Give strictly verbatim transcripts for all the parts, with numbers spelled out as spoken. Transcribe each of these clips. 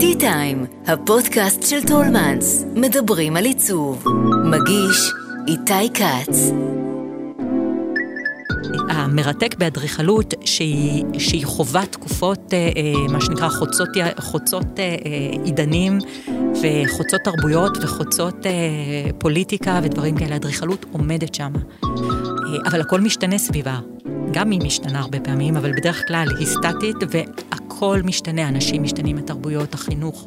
טי טיים, הפודקאסט של טולמנס, מדברים על עיצוב. מגיש איתי קץ. המרתק באדריכלות שהיא, שהיא חובה תקופות, אה, מה שנקרא חוצות, חוצות אה, עידנים וחוצות תרבויות וחוצות אה, פוליטיקה ודברים כאלה. אדריכלות עומדת שם. אה, אבל הכל משתנה סביבה. גם היא משתנה הרבה פעמים, אבל בדרך כלל היא סטטית והכל משתנה. אנשים משתנים, התרבויות, החינוך.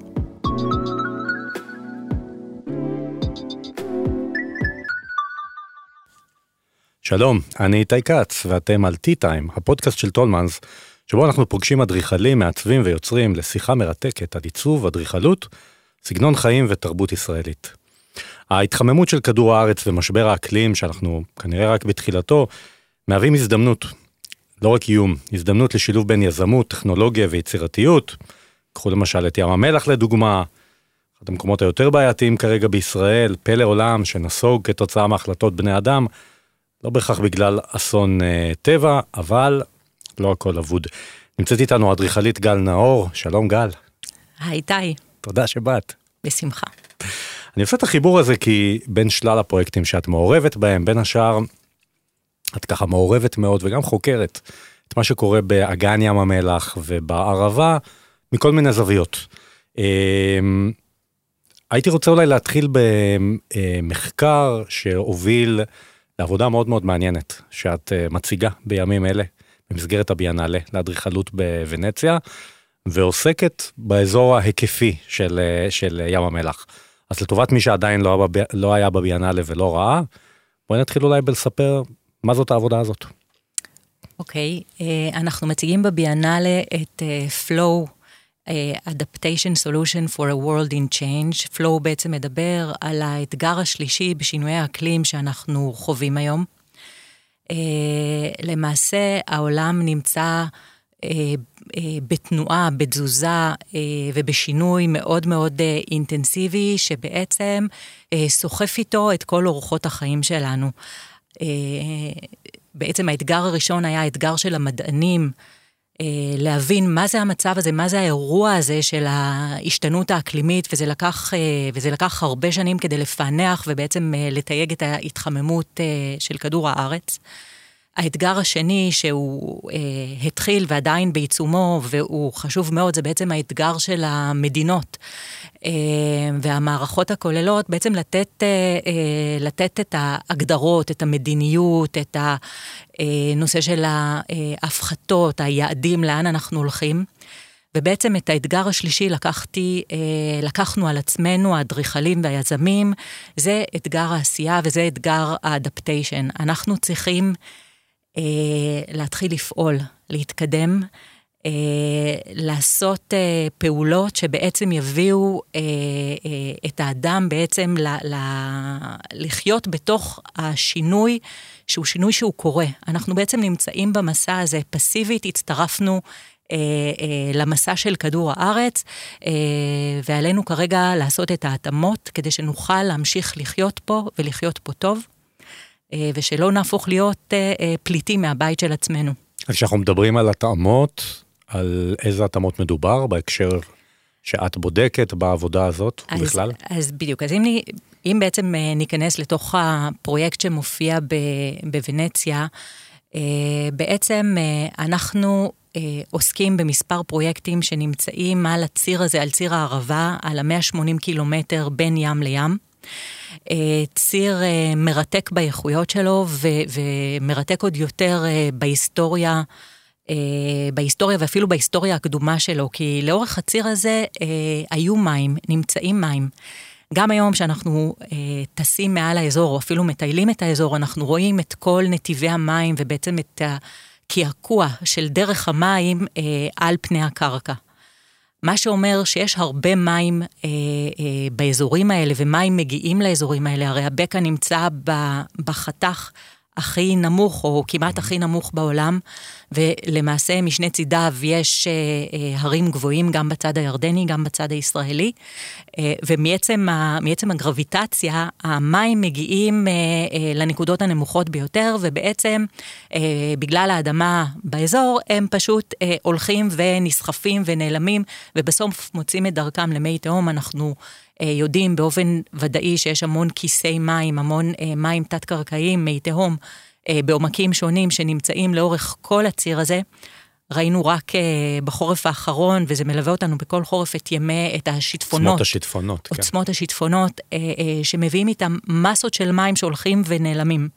שלום, אני איתי קץ, ואתם על טי טיים, הפודקאסט של טולמנס, שבו אנחנו פוגשים אדריכלים, מעצבים ויוצרים לשיחה מרתקת על עיצוב, אדריכלות, סגנון חיים ותרבות ישראלית. ההתחממות של כדור הארץ ומשבר האקלים, שאנחנו כנראה רק בתחילתו, מהווים הזדמנות, לא רק איום, הזדמנות לשילוב בין יזמות, טכנולוגיה ויצירתיות. קחו למשל את ים המלח לדוגמה, אחד המקומות היותר בעייתיים כרגע בישראל, פלא עולם שנסוג כתוצאה מהחלטות בני אדם, לא בהכרח בגלל אסון אה, טבע, אבל לא הכל אבוד. נמצאת איתנו אדריכלית גל נאור, שלום גל. היי איתי. תודה שבאת. בשמחה. אני עושה את החיבור הזה כי בין שלל הפרויקטים שאת מעורבת בהם, בין השאר, את ככה מעורבת מאוד וגם חוקרת את מה שקורה באגן ים המלח ובערבה, מכל מיני זוויות. אה, הייתי רוצה אולי להתחיל במחקר שהוביל לעבודה מאוד מאוד מעניינת, שאת uh, מציגה בימים אלה, במסגרת הביאנלה, לאדריכלות בוונציה, ועוסקת באזור ההיקפי של, uh, של ים המלח. אז לטובת מי שעדיין לא, היה, לא היה בביאנלה ולא ראה, בואי נתחיל אולי בלספר מה זאת העבודה הזאת. אוקיי, okay, uh, אנחנו מציגים בביאנלה את uh, Flow, Adaptation Solution for a World in Change. Flow בעצם מדבר על האתגר השלישי בשינויי האקלים שאנחנו חווים היום. למעשה העולם נמצא בתנועה, בתזוזה ובשינוי מאוד מאוד אינטנסיבי, שבעצם סוחף איתו את כל אורחות החיים שלנו. בעצם האתגר הראשון היה האתגר של המדענים, להבין מה זה המצב הזה, מה זה האירוע הזה של ההשתנות האקלימית, וזה לקח, וזה לקח הרבה שנים כדי לפענח ובעצם לתייג את ההתחממות של כדור הארץ. האתגר השני שהוא התחיל ועדיין בעיצומו, והוא חשוב מאוד, זה בעצם האתגר של המדינות והמערכות הכוללות, בעצם לתת, לתת את ההגדרות, את המדיניות, את הנושא של ההפחתות, היעדים, לאן אנחנו הולכים. ובעצם את האתגר השלישי לקחתי, לקחנו על עצמנו, האדריכלים והיזמים, זה אתגר העשייה וזה אתגר האדפטיישן. אנחנו צריכים להתחיל לפעול, להתקדם, לעשות פעולות שבעצם יביאו את האדם בעצם לחיות בתוך השינוי, שהוא שינוי שהוא קורה. אנחנו בעצם נמצאים במסע הזה, פסיבית הצטרפנו למסע של כדור הארץ, ועלינו כרגע לעשות את ההתאמות, כדי שנוכל להמשיך לחיות פה ולחיות פה טוב. ושלא נהפוך להיות פליטים מהבית של עצמנו. אז כשאנחנו מדברים על התאמות, על איזה התאמות מדובר בהקשר שאת בודקת בעבודה הזאת אז, ובכלל? אז בדיוק, אז אם, אם בעצם ניכנס לתוך הפרויקט שמופיע בוונציה, בעצם אנחנו עוסקים במספר פרויקטים שנמצאים על הציר הזה, על ציר הערבה, על ה-מאה ושמונים קילומטר בין ים לים, ציר מרתק באיכויות שלו ו- ומרתק עוד יותר בהיסטוריה, בהיסטוריה ואפילו בהיסטוריה הקדומה שלו, כי לאורך הציר הזה היו מים, נמצאים מים. גם היום שאנחנו טסים מעל האזור או אפילו מטיילים את האזור, אנחנו רואים את כל נתיבי המים ובעצם את הקעקוע של דרך המים על פני הקרקע. מה שאומר שיש הרבה מים אה, אה, באזורים האלה, ומים מגיעים לאזורים האלה, הרי הבקע נמצא בחתך הכי נמוך, או כמעט הכי נמוך בעולם, ולמעשה משני צידיו יש הרים גבוהים, גם בצד הירדני, גם בצד הישראלי, ומעצם הגרביטציה, המים מגיעים לנקודות הנמוכות ביותר, ובעצם בגלל האדמה באזור, הם פשוט הולכים ונסחפים ונעלמים, ובסוף מוצאים את דרכם למי תהום. אנחנו יודעים באופן ודאי שיש המון כיסי מים, המון מים תת-קרקעיים, מי תהום, בעומקים שונים שנמצאים לאורך כל הציר הזה. ראינו רק בחורף האחרון, וזה מלווה אותנו בכל חורף את ימי, את השיטפונות. עוצמות השיטפונות, כן. עוצמות השיטפונות, שמביאים איתם מסות של מים שהולכים ונעלמים.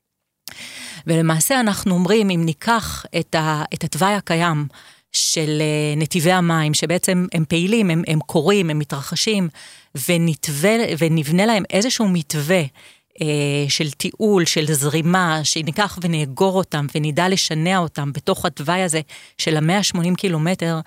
ולמעשה אנחנו אומרים, אם ניקח את התוואי הקיים של נתיבי המים, שבעצם הם פעילים, הם, הם קורים, הם מתרחשים, ונתווה, ונבנה להם איזשהו מתווה, של טיול, של זרימה, שניקח ונאגור אותם, ונדע לשנע אותם בתוך התוואי הזה של ה-מאה ושמונים קילומטר,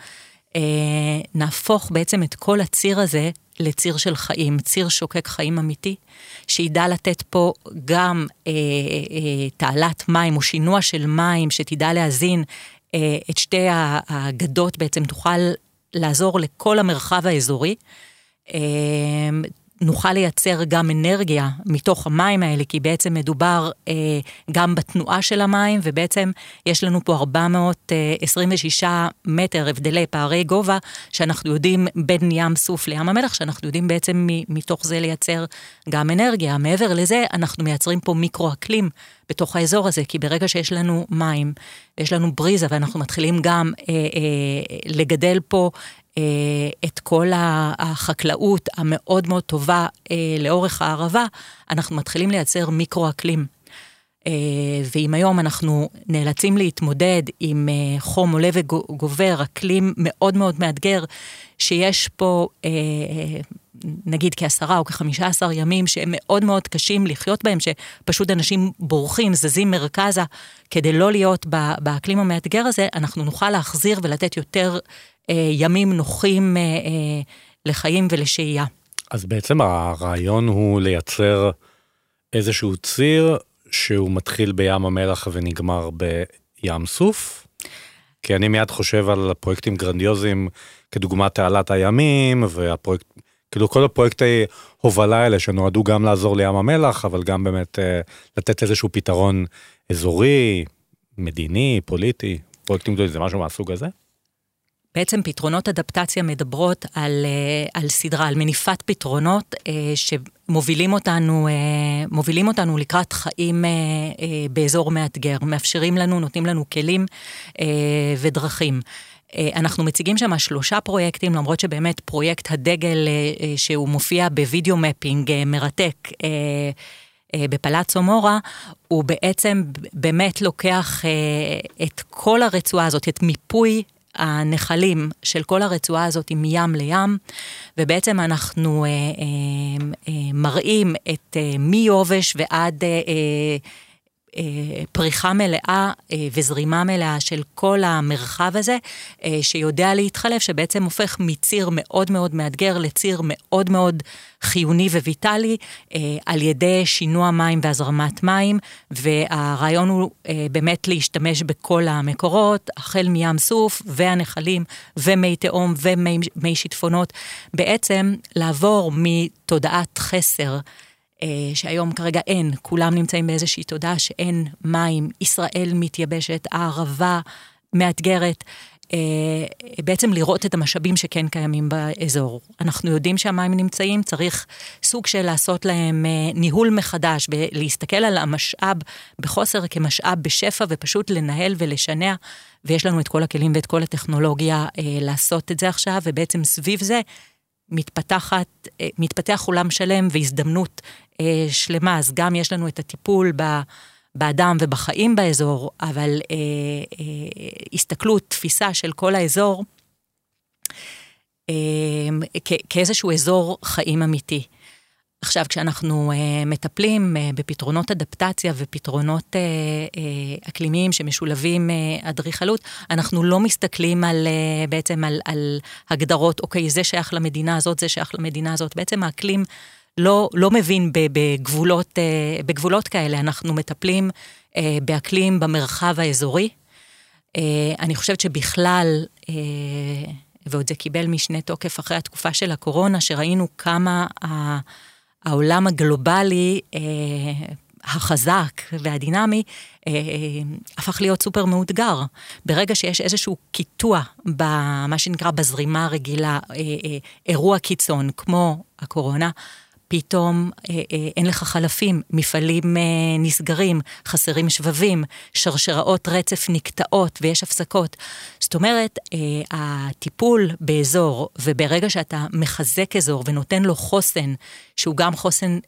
נהפוך בעצם את כל הציר הזה לציר של חיים, ציר שוקק חיים אמיתי, שידע לתת פה גם אה, אה, תעלת מים, או שינוע של מים, שתדע להזין אה, את שתי הגדות, בעצם תוכל לעזור לכל המרחב האזורי, אה, נוכל לייצר גם אנרגיה מתוך המים האלה, כי בעצם מדובר אה, גם בתנועה של המים, ובעצם יש לנו פה ארבע מאות עשרים ושישה מטר הבדלי פערי גובה, שאנחנו יודעים בין ים סוף לים המלח, שאנחנו יודעים בעצם מתוך זה לייצר גם אנרגיה. מעבר לזה, אנחנו מייצרים פה מיקרו-אקלים בתוך האזור הזה, כי ברגע שיש לנו מים, יש לנו בריזה, ואנחנו מתחילים גם אה, אה, לגדל פה, את כל החקלאות המאוד מאוד טובה לאורך הערבה, אנחנו מתחילים לייצר מיקרו-אקלים. ואם היום אנחנו נאלצים להתמודד עם חום עולה וגובר, אקלים מאוד מאוד מאתגר, שיש פה נגיד כעשרה או כחמישה עשר ימים שהם מאוד מאוד קשים לחיות בהם, שפשוט אנשים בורחים, זזים מרכזה, כדי לא להיות באקלים המאתגר הזה, אנחנו נוכל להחזיר ולתת יותר ימים נוחים לחיים ולשהייה. אז בעצם הרעיון הוא לייצר איזשהו ציר שהוא מתחיל בים המלח ונגמר בים סוף, כי אני מיד חושב על פרויקטים גרנדיוזיים כדוגמת תעלת הימים, והפרויקט, כאילו כל הפרויקטי הובלה האלה שנועדו גם לעזור לים המלח, אבל גם באמת לתת איזשהו פתרון אזורי, מדיני, פוליטי, פרויקטים גדולים, זה משהו מהסוג הזה? בעצם פתרונות אדפטציה מדברות על, על סדרה, על מניפת פתרונות שמובילים אותנו, מובילים אותנו לקראת חיים באזור מאתגר, מאפשרים לנו, נותנים לנו כלים ודרכים. אנחנו מציגים שם שלושה פרויקטים, למרות שבאמת פרויקט הדגל שהוא מופיע בווידאו מפינג מרתק בפלאצו מורה, הוא בעצם באמת לוקח את כל הרצועה הזאת, את מיפוי הנחלים של כל הרצועה הזאת מים לים, ובעצם אנחנו אה, אה, אה, מראים את אה, מיובש ועד אה, אה, פריחה מלאה אה, וזרימה מלאה של כל המרחב הזה, אה, שיודע להתחלף, שבעצם הופך מציר מאוד מאוד מאתגר לציר מאוד מאוד חיוני וויטלי, אה, על ידי שינוע מים והזרמת מים, והרעיון הוא אה, באמת להשתמש בכל המקורות, החל מים סוף והנחלים ומי תאום ומי שיטפונות, בעצם לעבור מתודעת חסר, שהיום כרגע אין, כולם נמצאים באיזושהי תודעה שאין מים, ישראל מתייבשת, הערבה מאתגרת, בעצם לראות את המשאבים שכן קיימים באזור. אנחנו יודעים שהמים נמצאים, צריך סוג של לעשות להם ניהול מחדש, ולהסתכל על המשאב בחוסר כמשאב בשפע, ופשוט לנהל ולשנע, ויש לנו את כל הכלים ואת כל הטכנולוגיה לעשות את זה עכשיו, ובעצם סביב זה מתפתחת, מתפתח עולם שלם והזדמנות שלמה, אז גם יש לנו את הטיפול ב... באדם ובחיים באזור, אבל אה, אה, הסתכלות, תפיסה של כל האזור, אה, כ- כאיזשהו אזור חיים אמיתי. עכשיו, כשאנחנו אה, מטפלים אה, בפתרונות אדפטציה ופתרונות אה, אה, אקלימיים שמשולבים אה, אדריכלות, אנחנו לא מסתכלים על, אה, בעצם על, על הגדרות, אוקיי, זה שייך למדינה הזאת, זה שייך למדינה הזאת, בעצם האקלים לא, לא מבין בגבולות, בגבולות כאלה, אנחנו מטפלים באקלים במרחב האזורי. אני חושבת שבכלל, ועוד זה קיבל משנה תוקף אחרי התקופה של הקורונה, שראינו כמה העולם הגלובלי החזק והדינמי הפך להיות סופר מאותגר. ברגע שיש איזשהו קיטוע במה שנקרא בזרימה הרגילה, אירוע קיצון כמו הקורונה, פתאום אין לך חלפים, מפעלים נסגרים, חסרים שבבים, שרשראות רצף נקטעות ויש הפסקות. זאת אומרת, הטיפול באזור, וברגע שאתה מחזק אזור ונותן לו חוסן, שהוא גם חוסן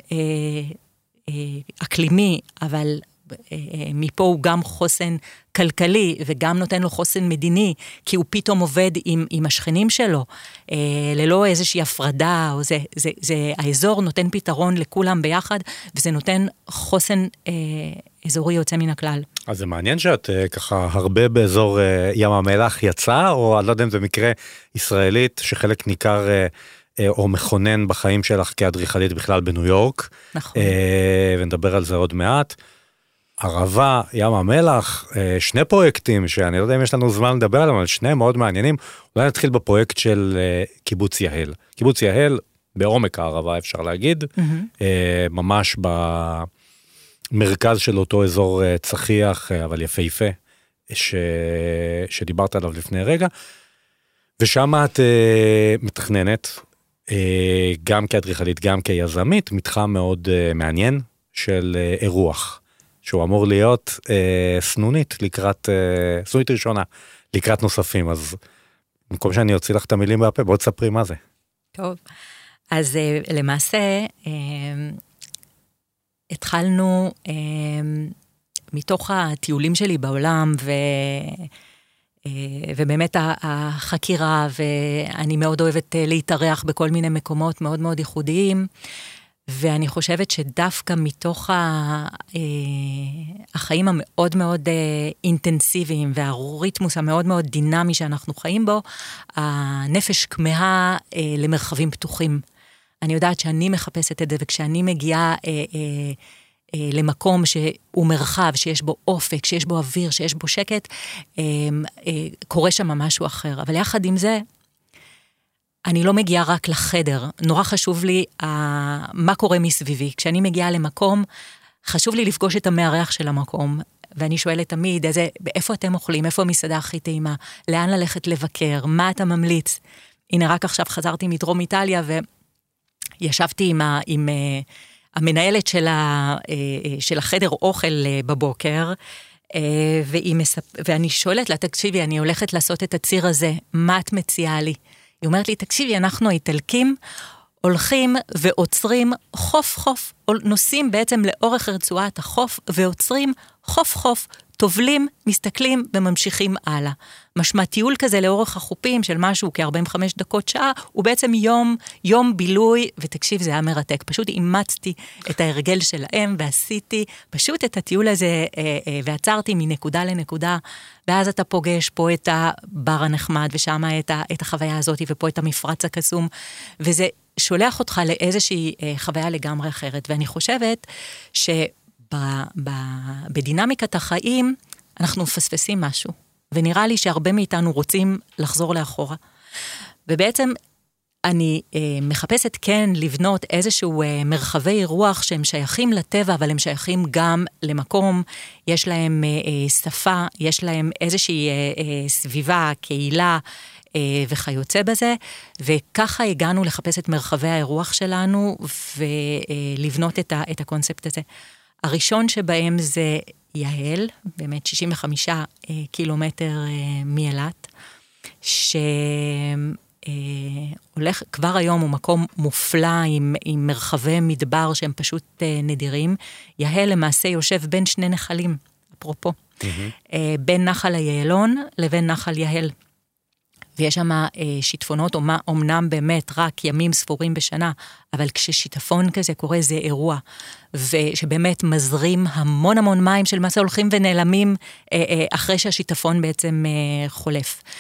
אקלימי, אבל מפה הוא גם חוסן כלכלי, וגם נותן לו חוסן מדיני, כי הוא פתאום עובד עם, עם השכנים שלו, ללא איזושהי הפרדה, או זה, זה, זה, האזור נותן פתרון לכולם ביחד, וזה נותן חוסן אזורי יוצא מן הכלל. אז זה מעניין שאת ככה הרבה באזור ים המלח יצא, או אני לא יודע אם זה מקרה ישראלית, שחלק ניכר או מכונן בחיים שלך כאדריכלית בכלל בניו יורק. נכון. ונדבר על זה עוד מעט. ערבה, ים המלח, שני פרויקטים שאני לא יודע אם יש לנו זמן לדבר עליהם, אבל שניהם מאוד מעניינים. אולי נתחיל בפרויקט של קיבוץ יהל. קיבוץ יהל בעומק הערבה אפשר להגיד, mm-hmm. ממש במרכז של אותו אזור צחיח, אבל יפהפה, ש... שדיברת עליו לפני רגע. ושם את מתכננת, גם כאדריכלית, גם כיזמית, מתחם מאוד מעניין של אירוח. שהוא אמור להיות אה, סנונית לקראת, אה, סנונית ראשונה, לקראת נוספים, אז במקום שאני אוציא לך את המילים בהפה, בואו תספרי מה זה. טוב, אז אה, למעשה, אה, התחלנו אה, מתוך הטיולים שלי בעולם, ו, אה, ובאמת החקירה, ואני מאוד אוהבת להתארח בכל מיני מקומות מאוד מאוד ייחודיים, ואני חושבת שדווקא מתוך החיים המאוד מאוד אינטנסיביים, והריתמוס המאוד מאוד דינמי שאנחנו חיים בו, הנפש כמהה למרחבים פתוחים. אני יודעת שאני מחפשת את זה, וכשאני מגיעה למקום שהוא מרחב, שיש בו אופק, שיש בו אוויר, שיש בו שקט, קורה שם משהו אחר. אבל יחד עם זה, אני לא מגיעה רק לחדר, נורא חשוב לי uh, מה קורה מסביבי. כשאני מגיעה למקום, חשוב לי לפגוש את המארח של המקום, ואני שואלת תמיד, איזה, איפה אתם אוכלים, איפה המסעדה הכי טעימה, לאן ללכת לבקר, מה אתה ממליץ? הנה רק עכשיו חזרתי מדרום איטליה, וישבתי עם, ה, עם uh, המנהלת של, ה, uh, של החדר אוכל uh, בבוקר, uh, והיא מספ... ואני שואלת לה, תקשיבי, אני הולכת לעשות את הציר הזה, מה את מציעה לי? היא אומרת לי, תקשיבי, אנחנו האיטלקים הולכים ועוצרים חוף חוף, נוסעים בעצם לאורך רצועת החוף, ועוצרים חוף חוף, טובלים, מסתכלים וממשיכים הלאה. משמע טיול כזה לאורך החופים של משהו כ-ארבעים וחמש דקות שעה, הוא בעצם יום, יום בילוי, ותקשיב, זה היה מרתק. פשוט אימצתי את ההרגל שלהם, ועשיתי פשוט את הטיול הזה, ועצרתי מנקודה לנקודה, ואז אתה פוגש פה את הבר הנחמד, ושם את, את החוויה הזאת, ופה את המפרץ הקסום, וזה שולח אותך לאיזושהי חוויה לגמרי אחרת, ואני חושבת ש... בדינמיקת החיים אנחנו מפספסים משהו, ונראה לי שהרבה מאיתנו רוצים לחזור לאחורה. ובעצם אני אה, מחפשת כן לבנות איזשהו אה, מרחבי רוח שהם שייכים לטבע, אבל הם שייכים גם למקום, יש להם אה, אה, שפה, יש להם איזושהי אה, אה, סביבה, קהילה, אה, וכיוצא בזה, וככה הגענו לחפש את מרחבי האירוח שלנו, ולבנות אה, את, ה, את הקונספט הזה. הראשון שבהם זה יהל, באמת שישים וחמישה אה, קילומטר אה, מאילת, שהולך, אה, כבר היום הוא מקום מופלא עם, עם מרחבי מדבר שהם פשוט אה, נדירים. יהל למעשה יושב בין שני נחלים, אפרופו, mm-hmm. אה, בין נחל היעלון לבין נחל יהל. ויש שם אה, שיטפונות, אומנם באמת רק ימים ספורים בשנה, אבל כששיטפון כזה קורה זה אירוע, ושבאמת מזרים המון המון מים של מסע הולכים ונעלמים אה, אה, אחרי שהשיטפון בעצם אה, חולף.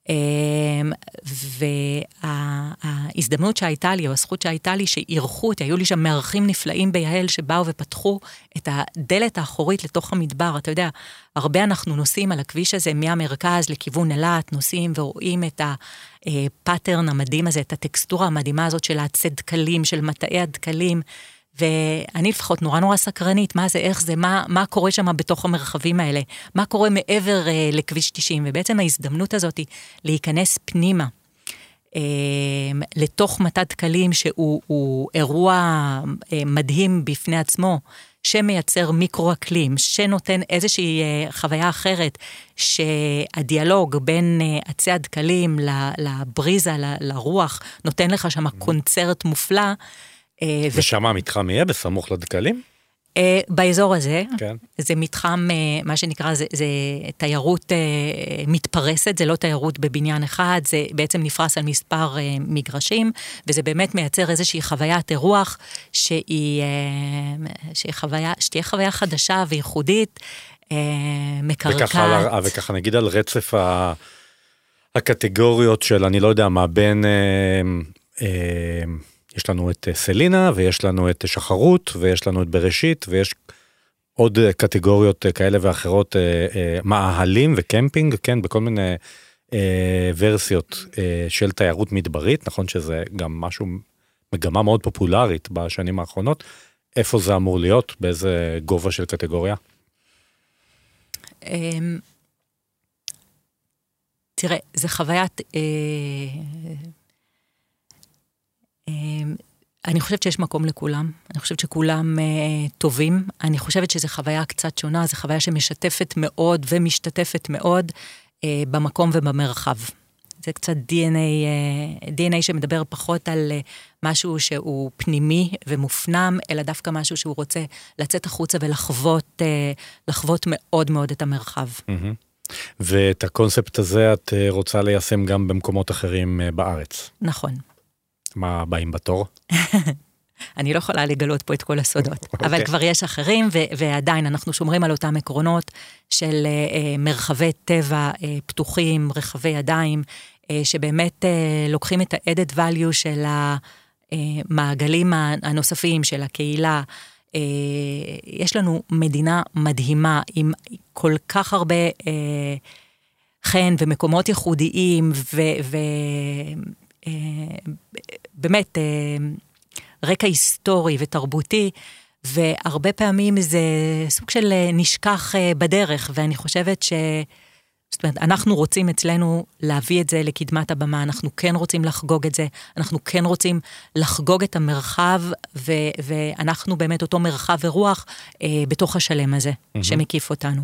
וההזדמנות שהייתה לי, או הזכות שהייתה לי, שאירחו אותי, היו לי שם מארחים נפלאים ביהל, שבאו ופתחו את הדלת האחורית לתוך המדבר. אתה יודע, הרבה אנחנו נוסעים על הכביש הזה, מהמרכז לכיוון אילת, נוסעים ורואים את הפאטרן המדהים הזה, את הטקסטורה המדהימה הזאת של הצדקלים, של מטעי הדקלים, ואני לפחות נורא נורא סקרנית, מה זה, איך זה, מה, מה קורה שם בתוך המרחבים האלה, מה קורה מעבר אה, לכביש תשעים, ובעצם ההזדמנות הזאת היא להיכנס פנימה, אה, לתוך מטע דקלים שהוא הוא אירוע אה, מדהים בפני עצמו, שמייצר מיקרו-אקלים, שנותן איזושהי אה, חוויה אחרת, שהדיאלוג בין אה, עצי הדקלים לבריזה, ל, לרוח, נותן לך שם קונצרט מופלא, ושם המתחם יהיה בסמוך לדקלים? באזור הזה, כן. זה מתחם, מה שנקרא, זה, זה תיירות מתפרסת, זה לא תיירות בבניין אחד, זה בעצם נפרס על מספר מגרשים, וזה באמת מייצר איזושהי חוויית אירוח, שהיא, שהיא חוויה, שתהיה חוויה חדשה וייחודית, מקרקעת. וככה, וככה נגיד על רצף הקטגוריות של, אני לא יודע מה, בין... יש לנו את סלינה, ויש לנו את שחרות, ויש לנו את בראשית, ויש עוד קטגוריות כאלה ואחרות, מאהלים וקמפינג, כן, בכל מיני ורסיות של תיירות מדברית, נכון שזה גם משהו, מגמה מאוד פופולרית בשנים האחרונות, איפה זה אמור להיות, באיזה גובה של קטגוריה? תראה, זה חוויית... אני חושבת שיש מקום לכולם, אני חושבת שכולם uh, טובים, אני חושבת שזו חוויה קצת שונה, זו חוויה שמשתפת מאוד ומשתתפת מאוד uh, במקום ובמרחב. זה קצת די אן איי, uh, די אן איי שמדבר פחות על uh, משהו שהוא פנימי ומופנם, אלא דווקא משהו שהוא רוצה לצאת החוצה ולחוות uh, לחוות מאוד מאוד את המרחב. Mm-hmm. ואת הקונספט הזה את uh, רוצה ליישם גם במקומות אחרים uh, בארץ. נכון. מה באים בתור? אני לא יכולה לגלות פה את כל הסודות, okay. אבל כבר יש אחרים, ו- ועדיין אנחנו שומרים על אותם עקרונות של uh, מרחבי טבע uh, פתוחים, רחבי ידיים, uh, שבאמת uh, לוקחים את ה-added value של המעגלים הנוספים, של הקהילה. Uh, יש לנו מדינה מדהימה, עם כל כך הרבה uh, חן ומקומות ייחודיים, ו... ו- באמת רקע היסטורי ותרבותי, והרבה פעמים זה סוג של נשכח בדרך, ואני חושבת ש... זאת אומרת, אנחנו רוצים אצלנו להביא את זה לקדמת הבמה, אנחנו כן רוצים לחגוג את זה, אנחנו כן רוצים לחגוג את המרחב, ו... ואנחנו באמת אותו מרחב ורוח בתוך השלם הזה, mm-hmm. שמקיף אותנו.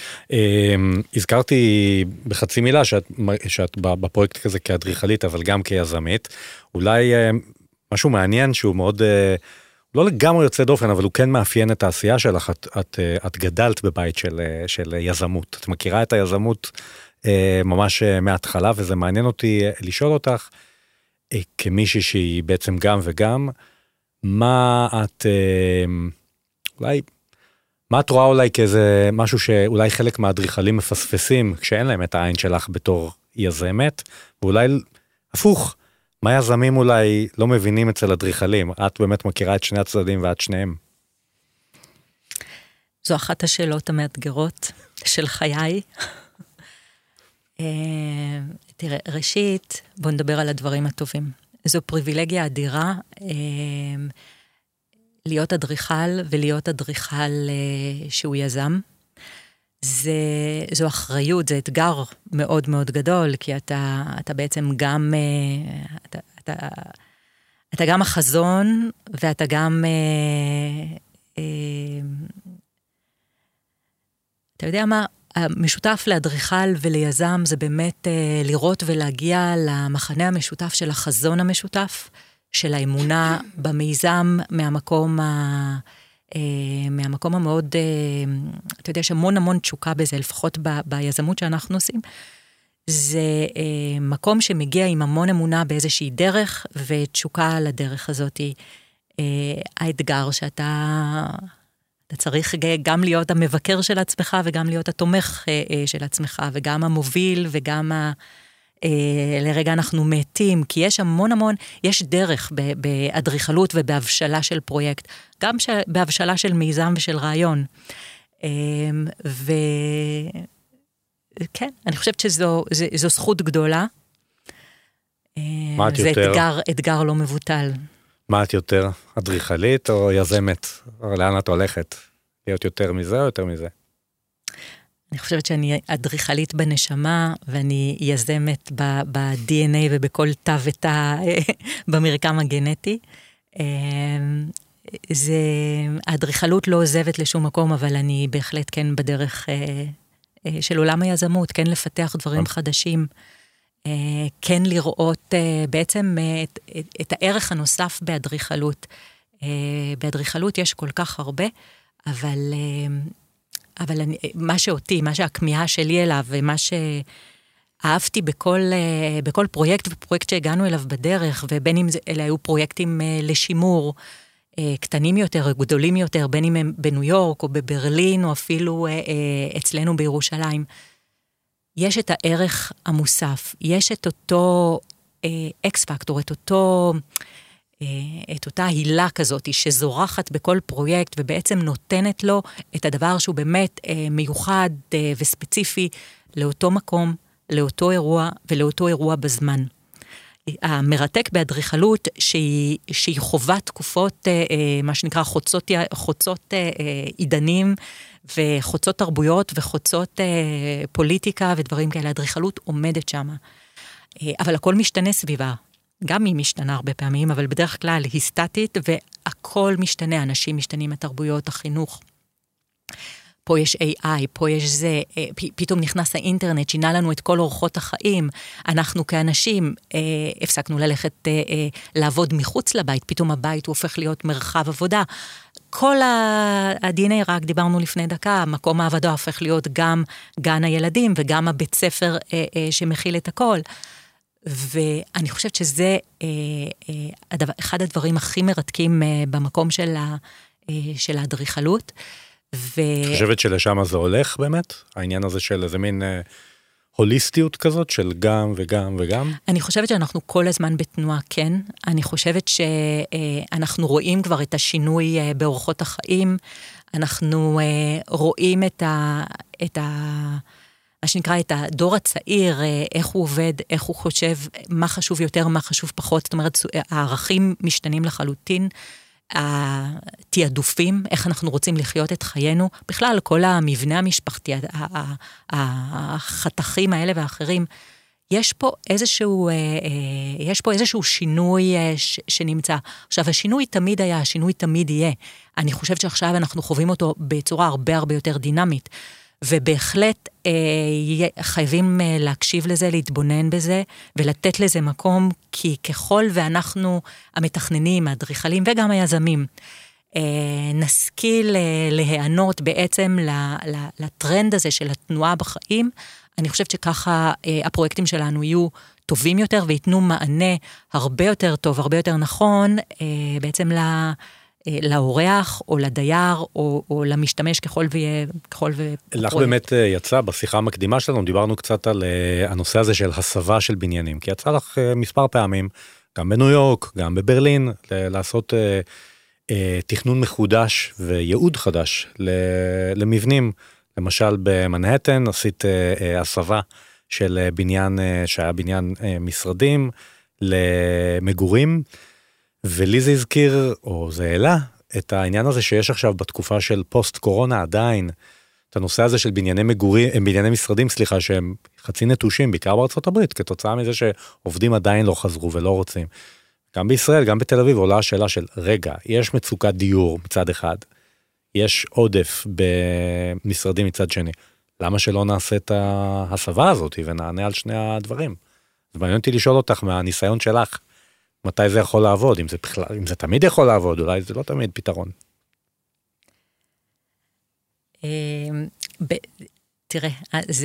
הזכרתי בחצי מילה שאת, שאת בפרויקט כזה כאדריכלית, אבל גם כיזמית, אולי משהו מעניין שהוא מאוד, לא לגמרי יוצא דופן, אבל הוא כן מאפיין את העשייה שלך, את, את, את גדלת בבית של, של יזמות, את מכירה את היזמות ממש מההתחלה, וזה מעניין אותי לשאול אותך, כמישהי שהיא בעצם גם וגם, מה את, אולי, מה את רואה אולי כאיזה משהו שאולי חלק מהאדריכלים מפספסים, כשאין להם את העין שלך בתור יזמת, ואולי הפוך, מה יזמים אולי לא מבינים אצל אדריכלים? את באמת מכירה את שני הצדדים ואת שניהם. זו אחת השאלות המאתגרות של חיי. תראה, ראשית, בוא נדבר על הדברים הטובים. זו פריבילגיה אדירה, להיות אדריכל ולהיות אדריכל שהוא יזם. זה, זו אחריות, זה אתגר מאוד מאוד גדול, כי אתה, אתה בעצם גם, אתה, אתה, אתה גם החזון, ואתה גם, אתה יודע מה, המשותף לאדריכל וליזם זה באמת לראות ולהגיע למחנה המשותף של החזון המשותף, של האמונה במיזם מהמקום ה... מהמקום המאוד, אתה יודע, יש המון המון תשוקה בזה, לפחות ב, ביזמות שאנחנו עושים, זה מקום שמגיע עם המון אמונה באיזושהי דרך, ותשוקה לדרך הזאת, האתגר שאתה אתה צריך גם להיות המבקר של עצמך, וגם להיות התומך של עצמך, וגם המוביל, וגם לרגע אנחנו מתים, כי יש המון המון, יש דרך באדריכלות ובהבשלה של פרויקט, גם בהבשלה של מיזם ושל רעיון. וכן, אני חושבת שזו זו זכות גדולה. מה את זה יותר? אתגר, אתגר לא מבוטל. מה את יותר? אדריכלית או יזמת? לאן את הולכת? להיות יותר מזה או יותר מזה? אני חושבת שאני אדריכלית בנשמה, ואני יזמת ב-די אן איי ובכל תא ותא במרקם הגנטי. זה, האדריכלות לא עוזבת לשום מקום, אבל אני בהחלט כן בדרך של עולם היזמות, כן לפתח דברים חדשים, כן לראות בעצם את, את הערך הנוסף באדריכלות. באדריכלות יש כל כך הרבה, אבל... אבל אני, מה שאותי, מה שהכמיהה שלי אליו, ומה שאהבתי בכל, בכל פרויקט ופרויקט שהגענו אליו בדרך, ובין אם אלה היו פרויקטים לשימור, קטנים יותר, גדולים יותר, בין אם הם בניו יורק או בברלין, או אפילו אצלנו בירושלים, יש את הערך המוסף, יש את אותו אקס פקטור, את אותו... את אותה הילה כזאת שזורחת בכל פרויקט ובעצם נותנת לו את הדבר שהוא באמת מיוחד וספציפי לאותו מקום, לאותו אירוע ולאותו אירוע בזמן. המרתק באדריכלות שהיא, שהיא חובה תקופות, מה שנקרא חוצות, חוצות עידנים וחוצות תרבויות וחוצות פוליטיקה ודברים כאלה. אדריכלות עומדת שם. אבל הכל משתנה סביבה. גם היא משתנה הרבה פעמים, אבל בדרך כלל היא סטטית, והכל משתנה, אנשים משתנים, התרבויות, החינוך. פה יש איי איי, פה יש זה, פתאום נכנס האינטרנט, שינה לנו את כל אורחות החיים, אנחנו כאנשים הפסקנו ללכת לעבוד מחוץ לבית, פתאום הבית הוא הופך להיות מרחב עבודה. כל ה-די אן איי, רק דיברנו לפני דקה, מקום העבודה הופך להיות גם גן הילדים, וגם הבית ספר שמכיל את הכל. ואני חושבת שזה אה, אה, הדבר, אחד הדברים הכי מרתקים אה, במקום של, ה, אה, של האדריכלות. ו... את חושבת שלשם זה הולך באמת? העניין הזה של איזה מין אה, הוליסטיות כזאת של גם וגם וגם? אני חושבת שאנחנו כל הזמן בתנועה, כן. אני חושבת שאנחנו רואים כבר את השינוי אה, באורחות החיים. אנחנו אה, רואים את ה... את ה מה שנקרא את הדור הצעיר, איך הוא עובד, איך הוא חושב, מה חשוב יותר, מה חשוב פחות, זאת אומרת, הערכים משתנים לחלוטין, התיעדופים, איך אנחנו רוצים לחיות את חיינו, בכלל כל המבנה המשפחתי, החתכים האלה ואחרים, יש פה איזשהו, יש פה איזשהו שינוי שנמצא. עכשיו, השינוי תמיד היה, השינוי תמיד יהיה. אני חושבת שעכשיו אנחנו חווים אותו בצורה הרבה הרבה יותר דינמית, ובהחלט אה, חייבים אה, להקשיב לזה, להתבונן בזה, ולתת לזה מקום, כי ככל ואנחנו המתכננים, האדריכלים וגם היזמים, אה, נשכיל אה, להיענות בעצם לטרנד הזה של התנועה בחיים, אני חושבת שככה אה, הפרויקטים שלנו יהיו טובים יותר, ויתנו מענה הרבה יותר טוב, הרבה יותר נכון, אה, בעצם ל... לאורח או לדייר או, או למשתמש ככל ויהיה, ככל ו... לך באמת יצא בשיחה המקדימה שלנו, דיברנו קצת על הנושא הזה של הסבה של בניינים, כי יצא לך מספר פעמים, גם בניו יורק, גם בברלין, לעשות תכנון מחודש וייעוד חדש למבנים, למשל במנהטן עשית הסבה של בניין שהיה בניין משרדים למגורים, ולי זה הזכיר, או זה העלה, את העניין הזה שיש עכשיו בתקופה של פוסט קורונה עדיין, את הנושא הזה של בנייני מגורים, בנייני משרדים, סליחה, שהם חצי נטושים, בעיקר בארצות הברית, כתוצאה מזה שעובדים עדיין לא חזרו ולא רוצים. גם בישראל, גם בתל אביב, עולה השאלה של, רגע, יש מצוקת דיור מצד אחד, יש עודף במשרדים מצד שני, למה שלא נעשה את ההסבה הזאת ונענה על שני הדברים? אז מעניין אותי לשאול אותך מהניסיון שלך, מתי זה יכול לעבוד, אם זה בכלל, אם זה תמיד יכול לעבוד, אולי זה לא תמיד פתרון. תראה, זה,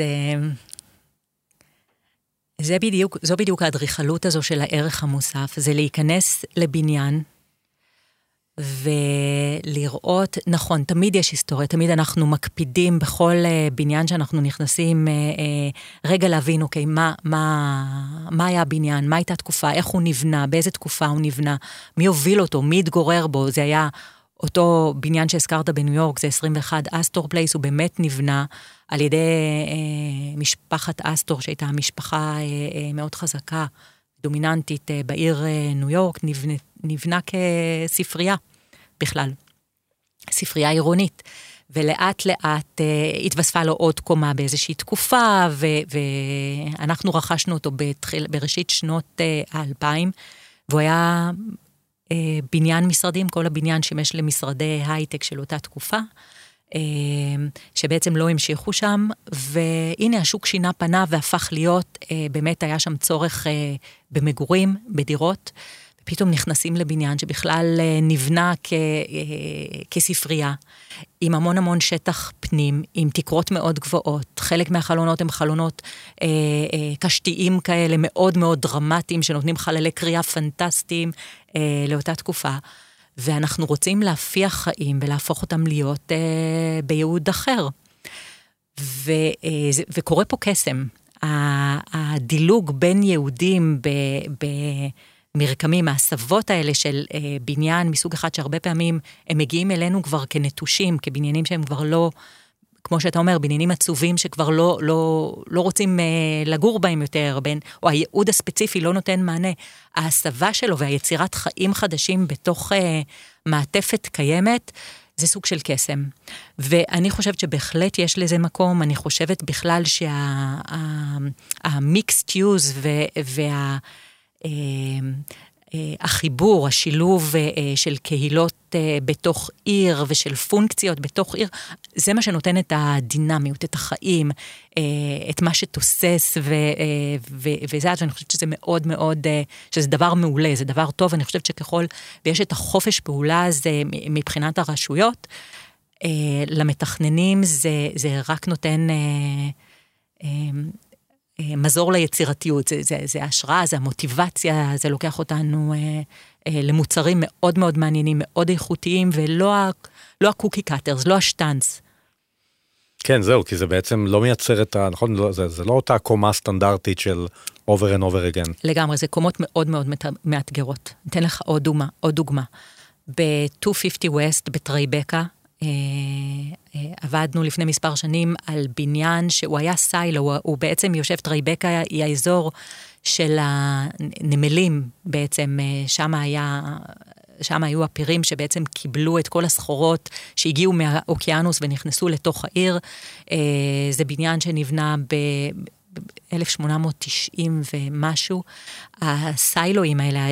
זה בדיוק, זו בדיוק האדריכלות הזו של הערך המוסף, זה להיכנס לבניין, ולראות, נכון, תמיד יש היסטוריה, תמיד אנחנו מקפידים בכל בניין שאנחנו נכנסים, רגע להבין, אוקיי, מה, מה, מה היה הבניין, מה הייתה תקופה, איך הוא נבנה, באיזה תקופה הוא נבנה, מי הוביל אותו, מי התגורר בו, זה היה אותו בניין שהזכרת בניו יורק, זה עשרים ואחת אסטור פלייס, הוא באמת נבנה על ידי אה, משפחת אסטור, שהייתה משפחה אה, אה, מאוד חזקה, דומיננטית אה, בעיר אה, ניו יורק, נבנה, נבנה כספרייה בכלל, ספרייה עירונית, ולאט לאט אה, התווספה לו עוד קומה באיזושהי תקופה, ו, ואנחנו רכשנו אותו בתחיל, בראשית שנות אה, האלפיים, והוא היה אה, בניין משרדים, כל הבניין שימש למשרדי הייטק של אותה תקופה, אה, שבעצם לא המשיכו שם, והנה השוק שינה פניו והפך להיות, אה, באמת היה שם צורך אה, במגורים, בדירות, פתאום נכנסים לבניין שבכלל נבנה כ, כספרייה, עם המון המון שטח פנים, עם תקרות מאוד גבוהות, חלק מהחלונות הם חלונות אה, אה, קשתיים כאלה, מאוד מאוד דרמטיים, שנותנים חללי קריאה פנטסטיים אה, לאותה תקופה, ואנחנו רוצים להפיח חיים, ולהפוך אותם להיות אה, בייעוד אחר. ו, אה, זה, וקורה פה קסם, הדילוג בין יהודים ב... ב מרקמים, ההסבות האלה של אה, בניין מסוג אחד, שהרבה פעמים הם מגיעים אלינו כבר כנטושים, כבניינים שהם כבר לא, כמו שאתה אומר, בניינים עצובים שכבר לא, לא, לא רוצים אה, לגור בהם יותר, בין, או הייעוד הספציפי לא נותן מענה. ההסבה שלו והיצירת חיים חדשים בתוך אה, מעטפת קיימת, זה סוג של קסם. ואני חושבת שבהחלט יש לזה מקום, אני חושבת בכלל שהמיקסט יוז וה... החיבור, השילוב של קהילות בתוך עיר ושל פונקציות בתוך עיר, זה מה שנותן את הדינמיות, את החיים, את מה שתוסס וזה, ואני חושבת שזה מאוד מאוד, שזה דבר מעולה, זה דבר טוב, אני חושבת שככל ויש את החופש פעולה הזה מבחינת הרשויות, למתכננים זה, זה רק נותן מזור ליצירתיות, זה, זה, זה ההשראה, זה המוטיבציה, זה לוקח אותנו אה, אה, למוצרים מאוד מאוד מעניינים, מאוד איכותיים, ולא ה, לא הקוקי קאטרס, לא השטנץ. כן, זהו, כי זה בעצם לא מייצר את ה... נכון, לא, זה, זה לא אותה קומה סטנדרטית של over and over again. לגמרי, זה קומות מאוד מאוד מאתגרות. ניתן לך עוד דוגמה, עוד דוגמה. ב-מאתיים חמישים West, בטרייבקה, עבדנו לפני מספר שנים על בניין שהוא היה סיילו, הוא בעצם יושב, טרייבקה היא האזור של הנמלים בעצם, שם היה, שם היו הפירים שבעצם קיבלו את כל הסחורות שהגיעו מהאוקיינוס ונכנסו לתוך העיר, זה בניין שנבנה ב-אלף שמונה מאות תשעים ומשהו, הסיילואים האלה,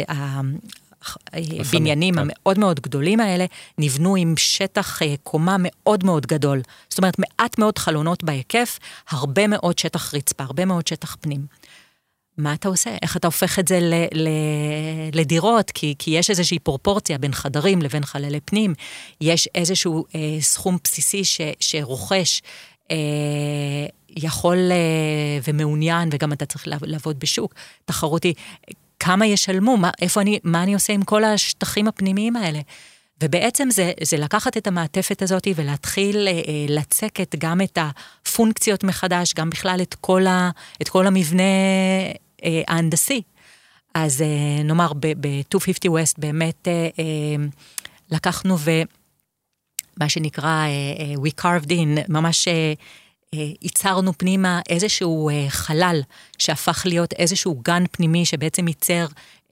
הבניינים המאוד מאוד גדולים האלה, נבנו עם שטח קומה מאוד מאוד גדול. זאת אומרת, מעט מאוד חלונות בהיקף, הרבה מאוד שטח רצפה, הרבה מאוד שטח פנים. מה אתה עושה? איך אתה הופך את זה ל- ל- לדירות? כי, כי יש איזושהי פרופורציה בין חדרים לבין חללי פנים, יש איזשהו אה, סכום בסיסי ש- שרוכש, אה, יכול אה, ומעוניין, וגם אתה צריך לעבוד בשוק, תחרותי, כמה ישלמו, מה, איפה אני, מה אני עושה עם כל השטחים הפנימיים האלה. ובעצם זה, זה לקחת את המעטפת הזאת ולהתחיל אה, לצקת גם את הפונקציות מחדש, גם בכלל את כל, ה, את כל המבנה אה, ההנדסי. אז אה, נאמר, ב-מאתיים חמישים West באמת אה, אה, לקחנו ומה שנקרא אה, אה, we carved in, ממש אה, ייצרנו פנימה איזשהו חלל שהפך להיות איזשהו גן פנימי שבעצם ייצר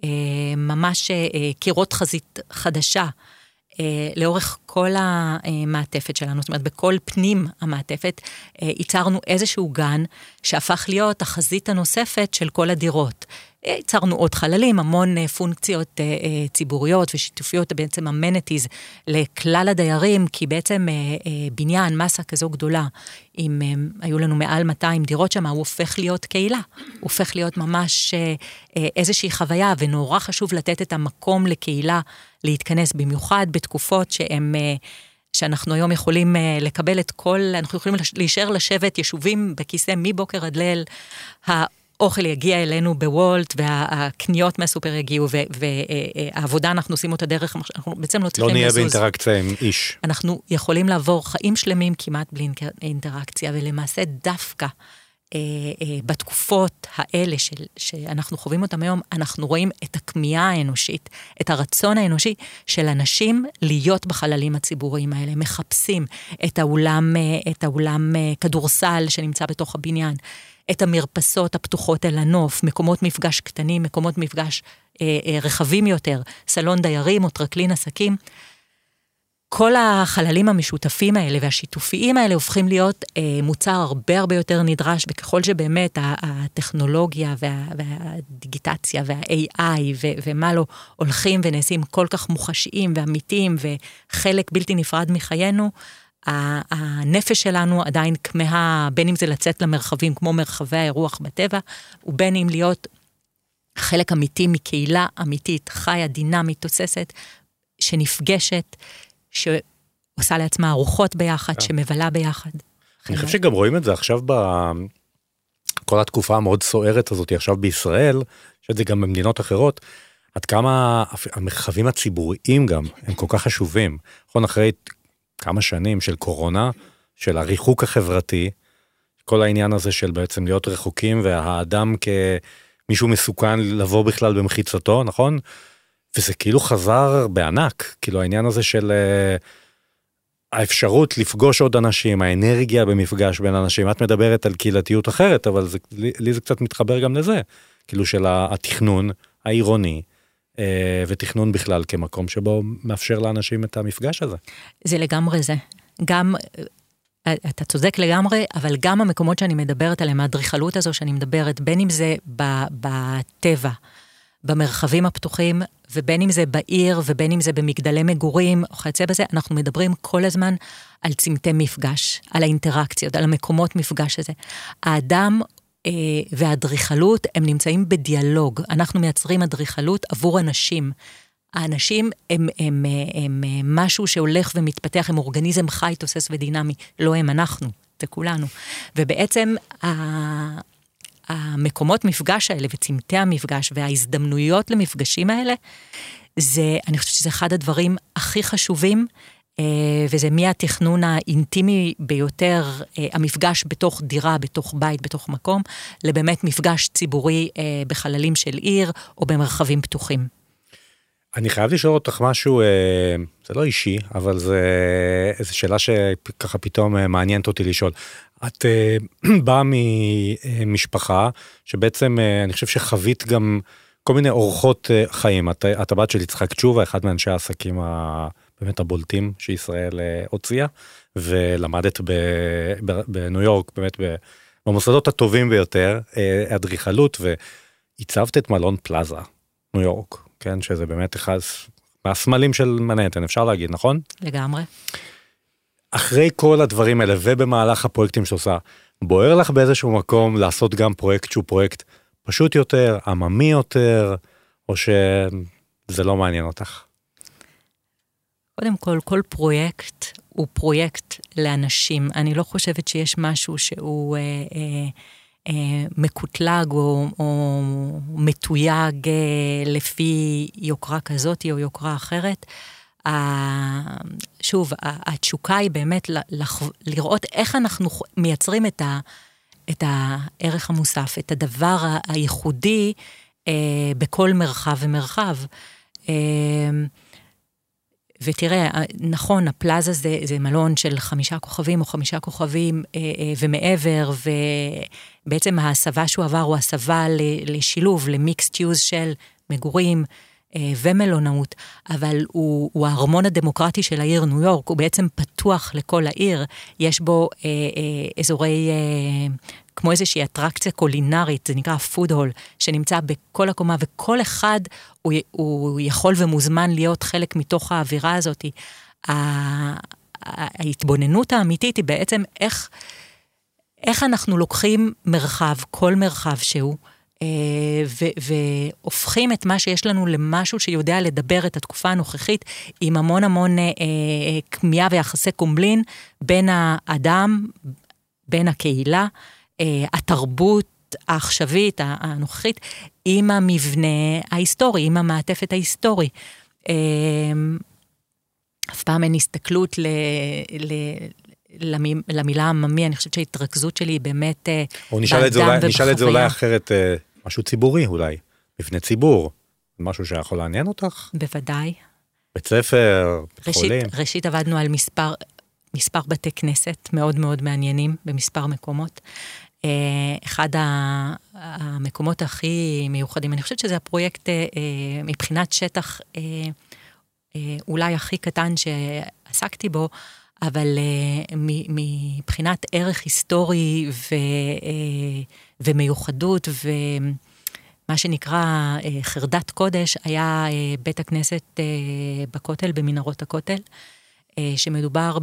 ממש קירות חזית חדשה לאורך כל המעטפת שלנו, זאת אומרת בכל פנים המעטפת ייצרנו איזשהו גן שהפך להיות החזית הנוספת של כל הדירות. ייצרנו עוד חללים, המון פונקציות ציבוריות ושיתופיות, בעצם אמנטיז לכלל הדיירים, כי בעצם בניין, מסה כזו גדולה, אם היו לנו מעל מאתיים דירות שם, הוא הופך להיות קהילה, הוא הופך להיות ממש איזושהי חוויה, ונורא חשוב לתת את המקום לקהילה להתכנס, במיוחד בתקופות שהם... שאנחנו היום יכולים לקבל את כל, אנחנו יכולים להישאר לשבת יישובים בכיסא מבוקר עד ליל, האוכל יגיע אלינו בוולט, והקניות מהסופר יגיעו, והעבודה אנחנו עושים אותה דרך, אנחנו בעצם לא צריכים לזוז. לא נהיה באינטראקציה עם איש. אנחנו יכולים לעבור חיים שלמים כמעט בלי אינטראקציה, ולמעשה דווקא בתקופות האלה של, שאנחנו חווים אותם היום, אנחנו רואים את הכמיהה האנושית, את הרצון האנושי של אנשים להיות בחללים הציבוריים האלה, מחפשים את האולם, את האולם כדורסל שנמצא בתוך הבניין, את המרפסות הפתוחות אל הנוף, מקומות מפגש קטנים, מקומות מפגש אה, אה, רחבים יותר, סלון דיירים או טרקלין עסקים. כל החללים המשותפים האלה והשיתופיים האלה הופכים להיות אה, מוצר הרבה הרבה יותר נדרש, וככל שבאמת הטכנולוגיה וה, והדיגיטציה וה-איי איי ו, ומה לא הולכים ונעשים כל כך מוחשיים ואמיתיים וחלק בלתי נפרד מחיינו, הנפש שלנו עדיין כמהה, בין אם זה לצאת למרחבים כמו מרחבי האירוח בטבע, ובין אם להיות חלק אמיתי מקהילה אמיתית, חיה, דינמית, תוססת, שנפגשת, שעושה לעצמה ארוחות ביחד, שמבלה ביחד. אני חושב שגם רואים את זה עכשיו בכל התקופה המאוד סוערת הזאת, עכשיו בישראל, שזה גם במדינות אחרות, עד כמה המרחבים הציבוריים גם, הם כל כך חשובים. נכון, אחרי כמה שנים של קורונה, של הריחוק החברתי, כל העניין הזה של בעצם להיות רחוקים, והאדם כמישהו מסוכן לבוא בכלל במחיצתו, נכון? וזה כאילו חזר בענק, כאילו העניין הזה של uh, האפשרות לפגוש עוד אנשים, האנרגיה במפגש בין אנשים, את מדברת על קהילתיות אחרת, אבל זה, לי, לי זה קצת מתחבר גם לזה, כאילו של התכנון העירוני, uh, ותכנון בכלל כמקום שבו מאפשר לאנשים את המפגש הזה. זה לגמרי זה. גם, אתה צודק לגמרי, אבל גם המקומות שאני מדברת עליהם, האדריכלות הזו שאני מדברת, בין אם זה בטבע, במרחבים הפתוחים, ובין אם זה בעיר, ובין אם זה במגדלי מגורים, או חצי בזה, אנחנו מדברים כל הזמן על צמתי מפגש, על האינטראקציות, על המקומות מפגש הזה. האדם אה, והאדריכלות, הם נמצאים בדיאלוג. אנחנו מייצרים אדריכלות עבור אנשים. האנשים הם, הם, הם, הם משהו שהולך ומתפתח, הם אורגניזם חי, תוסס ודינמי. לא הם, אנחנו, זה כולנו. ובעצם ה... המקומות מפגש האלה וצמתי המפגש וההזדמנויות למפגשים האלה, זה, אני חושבת שזה אחד הדברים הכי חשובים, וזה מהתכנון האינטימי ביותר, המפגש בתוך דירה, בתוך בית, בתוך מקום, לבאמת מפגש ציבורי בחללים של עיר או במרחבים פתוחים. אני חייב לשאול אותך משהו, זה לא אישי, אבל זה איזו שאלה שככה פתאום מעניינת אותי לשאול. את באה ממשפחה שבעצם אני חושב שחווית גם כל מיני אורחות חיים. את, את הבת של יצחק תשובה, אחד מאנשי העסקים באמת הבולטים שישראל הוציאה, ולמדת בניו יורק, באמת במוסדות הטובים ביותר, אדריכלות, והצבת את מלון פלאזה, ניו יורק, כן, שזה באמת אחד מהסמלים של מנהטן, אפשר להגיד, נכון? לגמרי. אחרי כל הדברים האלה, ובמהלך הפרויקטים שעושה, בוער לך באיזשהו מקום לעשות גם פרויקט שהוא פרויקט פשוט יותר, עממי יותר, או שזה לא מעניין אותך? קודם כל, כל פרויקט הוא פרויקט לאנשים. אני לא חושבת שיש משהו שהוא אה, אה, אה, מקוטלג או, או מתויג אה, לפי יוקרה כזאת או יוקרה אחרת. שוב, התשוקה היא באמת לראות איך אנחנו מייצרים את, ה, את הערך המוסף, את הדבר הייחודי אה, בכל מרחב ומרחב. אה, ותראה, נכון, הפלאזה זה, זה מלון של חמישה כוכבים או חמישה כוכבים אה, אה, ומעבר, ובעצם ההסבה שהוא עבר הוא הסבה לשילוב, למיקסט יוז של מגורים, ומלונאות, אבל הוא, הוא ההרמון הדמוקרטי של העיר ניו יורק, הוא בעצם פתוח לכל העיר, יש בו אה, אה, אזורי, אה, כמו איזושהי אטרקציה קולינרית, זה נקרא פוד הול, שנמצא בכל הקומה, וכל אחד הוא, הוא יכול ומוזמן להיות חלק מתוך האווירה הזאת. ההתבוננות האמיתית היא בעצם איך, איך אנחנו לוקחים מרחב, כל מרחב שהוא, והופכים את מה שיש לנו למשהו שיודע לדבר את התקופה הנוכחית, עם המון המון כמיהה ויחסי קומבלין, בין האדם, בין הקהילה, התרבות המציאות העכשווית, הנוכחית, עם המבנה ההיסטורי, עם המעטפת ההיסטורי. אף פעם אין הסתכלות ל... ל... למילה עממי, אני חושבת שההתרכזות שלי היא באמת או נשאל את זה אולי, נשאל את זה אולי אחרת, משהו ציבורי אולי, מבנה ציבור, משהו שיכול לעניין אותך? בוודאי. בית ספר, בית ראשית, חולים. ראשית עבדנו על מספר, מספר בתי כנסת מאוד מאוד מעניינים, במספר מקומות. אחד המקומות הכי מיוחדים, אני חושבת שזה הפרויקט מבחינת שטח אולי הכי קטן שעסקתי בו, אבל uh, מבחינת ערך היסטורי ו, uh, ומיוחדות ומה שנקרא uh, חרדת קודש, היה uh, בית הכנסת uh, בכותל, במנהרות הכותל, uh, שמדובר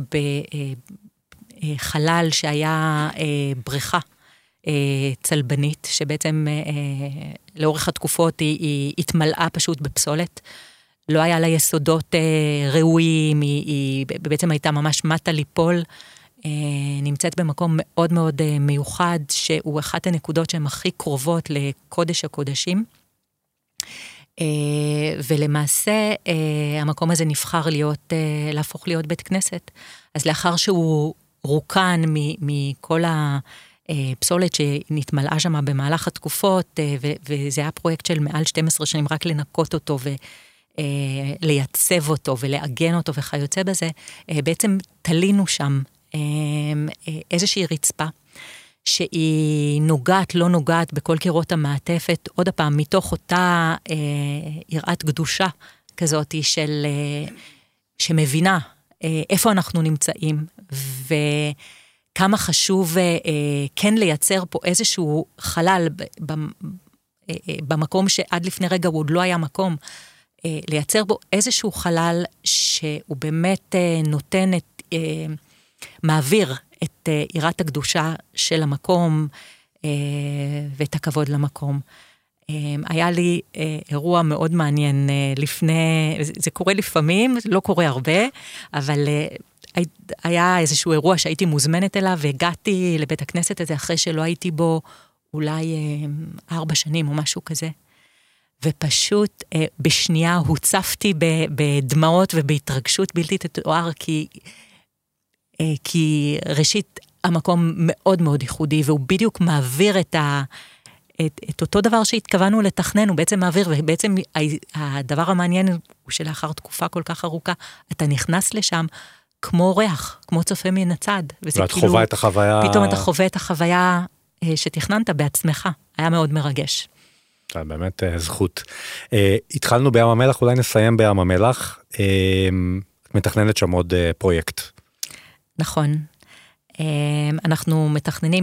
בחלל uh, שהיה uh, בריכה uh, צלבנית, שבעצם uh, לאורך התקופות היא, היא התמלאה פשוט בפסולת, לא היה לה יסודות אה, ראויים, היא, היא בעצם הייתה ממש מטה ליפול, אה, נמצאת במקום מאוד מאוד אה, מיוחד, שהוא אחת הנקודות שהן הכי קרובות לקודש הקודשים, אה, ולמעשה אה, המקום הזה נבחר להיות, אה, להפוך להיות בית כנסת, אז לאחר שהוא רוקן מכל ה... פסולת שנתמלאה שם במהלך התקופות, ו- וזה היה פרויקט של מעל שתים עשרה שנים, רק לנקות אותו ו... לייצב אותו ולעגן אותו וכיוצא בזה, בעצם תלינו שם איזושהי רצפה, שהיא נוגעת, לא נוגעת בכל קירות המעטפת, עוד הפעם, מתוך אותה יראת קדושה כזאת של, שמבינה איפה אנחנו נמצאים, וכמה חשוב כן לייצר פה איזשהו חלל במקום שעד לפני רגע הוא עוד לא היה מקום, לייצר בו איזשהו חלל שהוא באמת נותן את, מעביר את יראת הקדושה של המקום ואת הכבוד למקום. היה לי אירוע מאוד מעניין לפני, זה קורה לפעמים, לא קורה הרבה, אבל היה איזשהו אירוע שהייתי מוזמנת אליו, והגעתי לבית הכנסת הזה אחרי שלא הייתי בו אולי ארבע שנים או משהו כזה. ופשוט אה, בשנייה הוצפתי בדמעות ובהתרגשות בלתי תתואר, כי, אה, כי ראשית המקום מאוד מאוד ייחודי, והוא בדיוק מעביר את, ה, את, את אותו דבר שהתכוונו לתכנן, הוא בעצם מעביר, ובעצם הדבר המעניין הוא שלאחר תקופה כל כך ארוכה, אתה נכנס לשם כמו ריח, כמו צופה מן הצד. ואת כאילו, חווה את החוויה... פתאום אתה חווה את החוויה אה, שתכננת בעצמך, היה מאוד מרגש. באמת זכות. התחלנו בים המלח, אולי נסיים בים המלח. את מתכננת שם עוד פרויקט. נכון. אנחנו מתכננים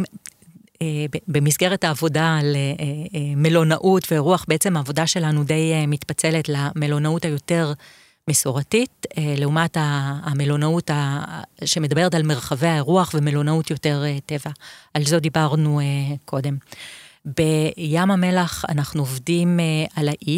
במסגרת העבודה על מלונאות ואירוח, בעצם העבודה שלנו די מתפצלת למלונאות היותר מסורתית, לעומת המלונאות שמדברת על מרחבי האירוח ומלונאות יותר טבע. על זו דיברנו קודם. בים המלח אנחנו עובדים על האי,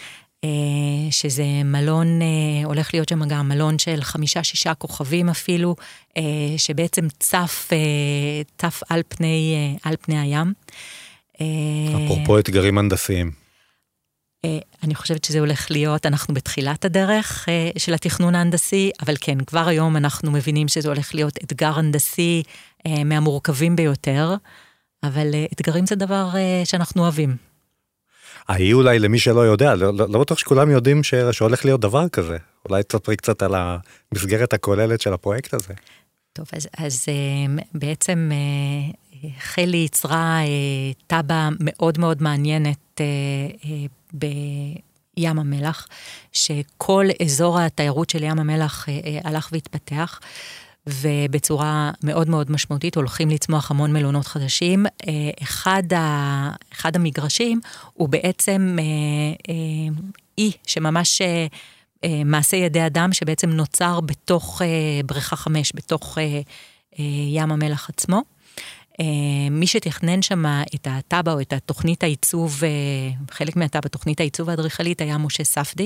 שזה מלון, הולך להיות שם גם מלון של חמישה, שישה כוכבים אפילו, שבעצם צף, צף על פני, על פני הים. אפרופו אתגרים הנדסיים. אני חושבת שזה הולך להיות, אנחנו בתחילת הדרך של התכנון ההנדסי, אבל כן, כבר היום אנחנו מבינים שזה הולך להיות אתגר הנדסי מהמורכבים ביותר, אבל אתגרים זה דבר שאנחנו אוהבים. האי אולי למי שלא יודע, לא, לא, לא בטוח שכולם יודעים ש... שהולך להיות דבר כזה. אולי תספרי קצת על המסגרת הכוללת של הפרויקט הזה. טוב, אז, אז בעצם חלי יצרה טאבה מאוד מאוד מעניינת בים המלח, שכל אזור התיירות של ים המלח הלך והתפתח, ובצורה מאוד מאוד משמעותית הולכים לצמוח המון מלונות חדשים. אחד, ה, אחד המגרשים הוא בעצם אי שממש מעשה ידי אדם שבעצם נוצר בתוך בריכה חמש, בתוך ים המלח עצמו. מי שתכנן שם את הטאבה או את התוכנית העיצוב, חלק מהטאבה, תוכנית העיצוב האדריכלית היה משה ספדי,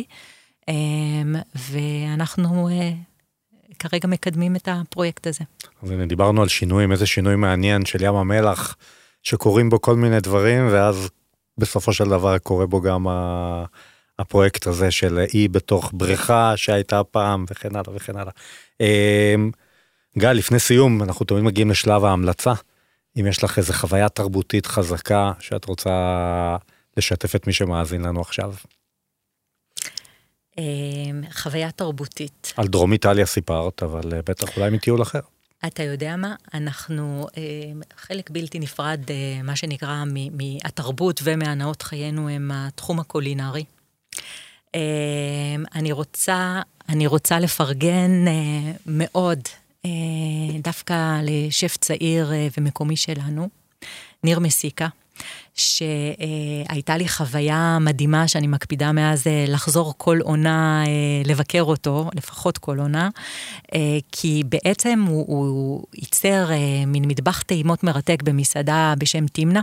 ואנחנו כרגע מקדמים את הפרויקט הזה. אז הנה, דיברנו על שינויים, איזה שינוי מעניין של ים המלח, שקורים בו כל מיני דברים, ואז בסופו של דבר קורה בו גם הפרויקט הזה של אי בתוך בריכה שהייתה פעם, וכן הלאה וכן הלאה. גל, לפני סיום, אנחנו תמיד מגיעים לשלב ההמלצה. אם יש לך איזו חוויה תרבותית חזקה, שאת רוצה לשתף את מי שמאזין לנו עכשיו. חוויה תרבותית. על דרום איטליה סיפרת, אבל בטח אולי מטיול אחר. אתה יודע מה? אנחנו, חלק בלתי נפרד, מה שנקרא, מהתרבות ומהנאות חיינו, הם התחום הקולינרי. אני רוצה, אני רוצה לפרגן מאוד, דווקא לשף צעיר ומקומי שלנו, ניר מסיקה, שהייתה לי חוויה מדהימה שאני מקפידה מאז לחזור כל עונה, לבקר אותו, לפחות כל עונה, כי בעצם הוא, הוא ייצר מין מטבח טעימות מרתק במסעדה בשם תימנה,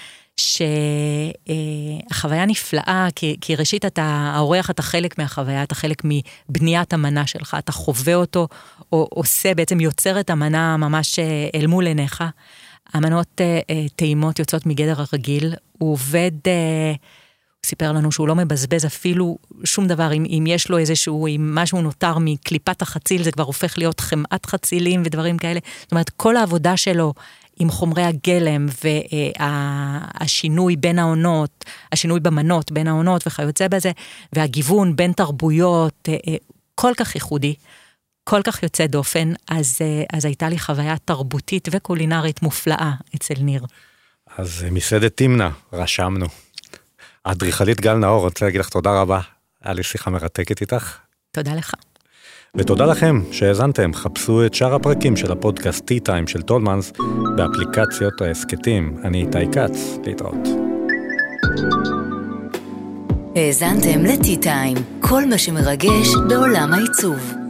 שהחוויה נפלאה, כי, כי ראשית אתה, האורח אתה חלק מהחוויה, אתה חלק מבניית המנה שלך, אתה חווה אותו, או עושה, בעצם יוצר את המנה ממש אל מול עיניך, המנות טעימות יוצאות מגדר הרגיל, הוא עובד, הוא סיפר לנו שהוא לא מבזבז אפילו שום דבר, אם, אם יש לו איזשהו, אם משהו נותר מקליפת החציל, זה כבר הופך להיות חמאת חצילים ודברים כאלה, זאת אומרת, כל העבודה שלו עם חומרי הגלם והשינוי בין העונות, השינוי במנות בין העונות וכיוצא בזה, והגיוון בין תרבויות, כל כך ייחודי, כל כך יוצא דופן, אז, אז הייתה לי חוויה תרבותית וקולינרית מופלאה אצל ניר. אז מסעדת תימנה, רשמנו. האדריכלית גל נאור, רוצה להגיד לך תודה רבה, היה לי שיחה מרתקת איתך. תודה לך. ותודה לכם שהאזנתם, חפשו את שאר הפרקים של הפודקאסט Tea Time של טולמנס, באפליקציות העסקתים. אני איתי כץ, להתראות. האזנתם ל-Tea Time, כל מה שמרגש בעולם העיצוב.